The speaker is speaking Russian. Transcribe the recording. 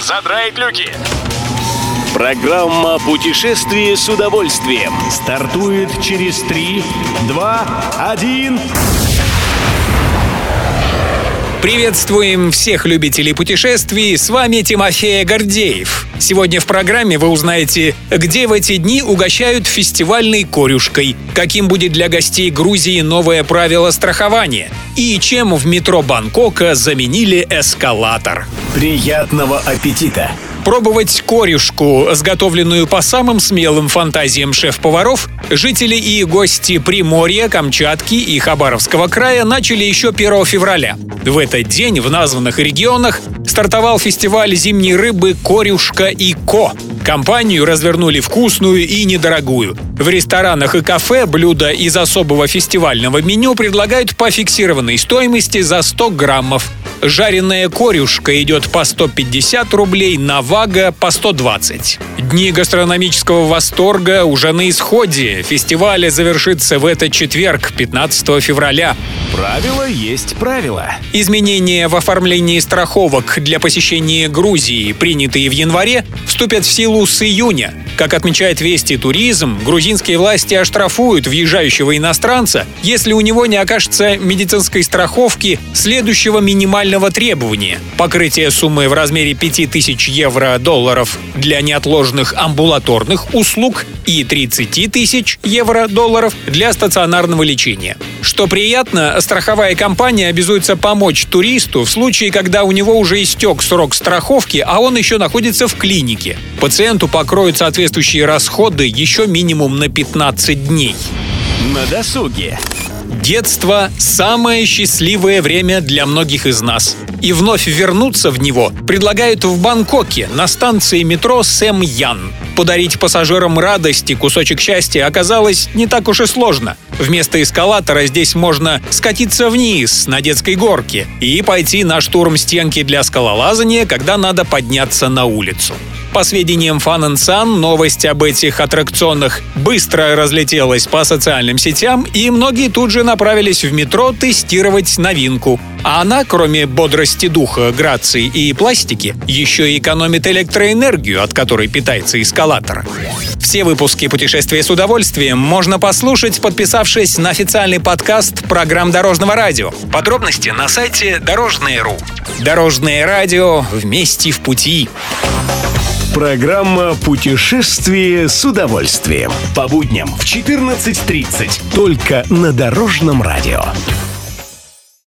задраить люки. Программа «Путешествие с удовольствием» стартует через 3, 2, 1... Приветствуем всех любителей путешествий, с вами Тимофей Гордеев. Сегодня в программе вы узнаете, где в эти дни угощают фестивальной корюшкой, каким будет для гостей Грузии новое правило страхования и чем в метро Бангкока заменили эскалатор. Приятного аппетита! Пробовать корюшку, сготовленную по самым смелым фантазиям шеф-поваров, жители и гости Приморья, Камчатки и Хабаровского края начали еще 1 февраля. В этот день в названных регионах стартовал фестиваль зимней рыбы «Корюшка и Ко». Компанию развернули вкусную и недорогую. В ресторанах и кафе блюда из особого фестивального меню предлагают по фиксированной стоимости за 100 граммов. Жареная корюшка идет по 150 рублей, навага по 120. Дни гастрономического восторга уже на исходе. Фестиваль завершится в этот четверг, 15 февраля. Правило есть правило. Изменения в оформлении страховок для посещения Грузии, принятые в январе, вступят в силу с июня. Как отмечает Вести Туризм, грузинские власти оштрафуют въезжающего иностранца, если у него не окажется медицинской страховки следующего минимального требования: покрытие суммы в размере 5000 евро-долларов для неотложных амбулаторных услуг и 30 тысяч евро-долларов для стационарного лечения. Что приятно, страховая компания обязуется помочь туристу в случае, когда у него уже истек срок страховки, а он еще находится в клинике. Пациенту покроют соответствующие расходы еще минимум на 15 дней. На досуге. Детство – самое счастливое время для многих из нас. И вновь вернуться в него предлагают в Бангкоке на станции метро Сэм Ян. Подарить пассажирам радость и кусочек счастья оказалось не так уж и сложно. Вместо эскалатора здесь можно скатиться вниз на детской горке и пойти на штурм стенки для скалолазания, когда надо подняться на улицу. По сведениям Fun & Sun, новость об этих аттракционах быстро разлетелась по социальным сетям, и многие тут же направились в метро тестировать новинку. А она, кроме бодрости духа, грации и пластики, еще и экономит электроэнергию, от которой питается эскалатор. Все выпуски «Путешествия с удовольствием» можно послушать, подписавшись на официальный подкаст программ Дорожного радио. Подробности на сайте Дорожное.ру. Дорожное радио, вместе в пути. Программа «Путешествие с удовольствием». По будням в 14:30. Только на Дорожном радио.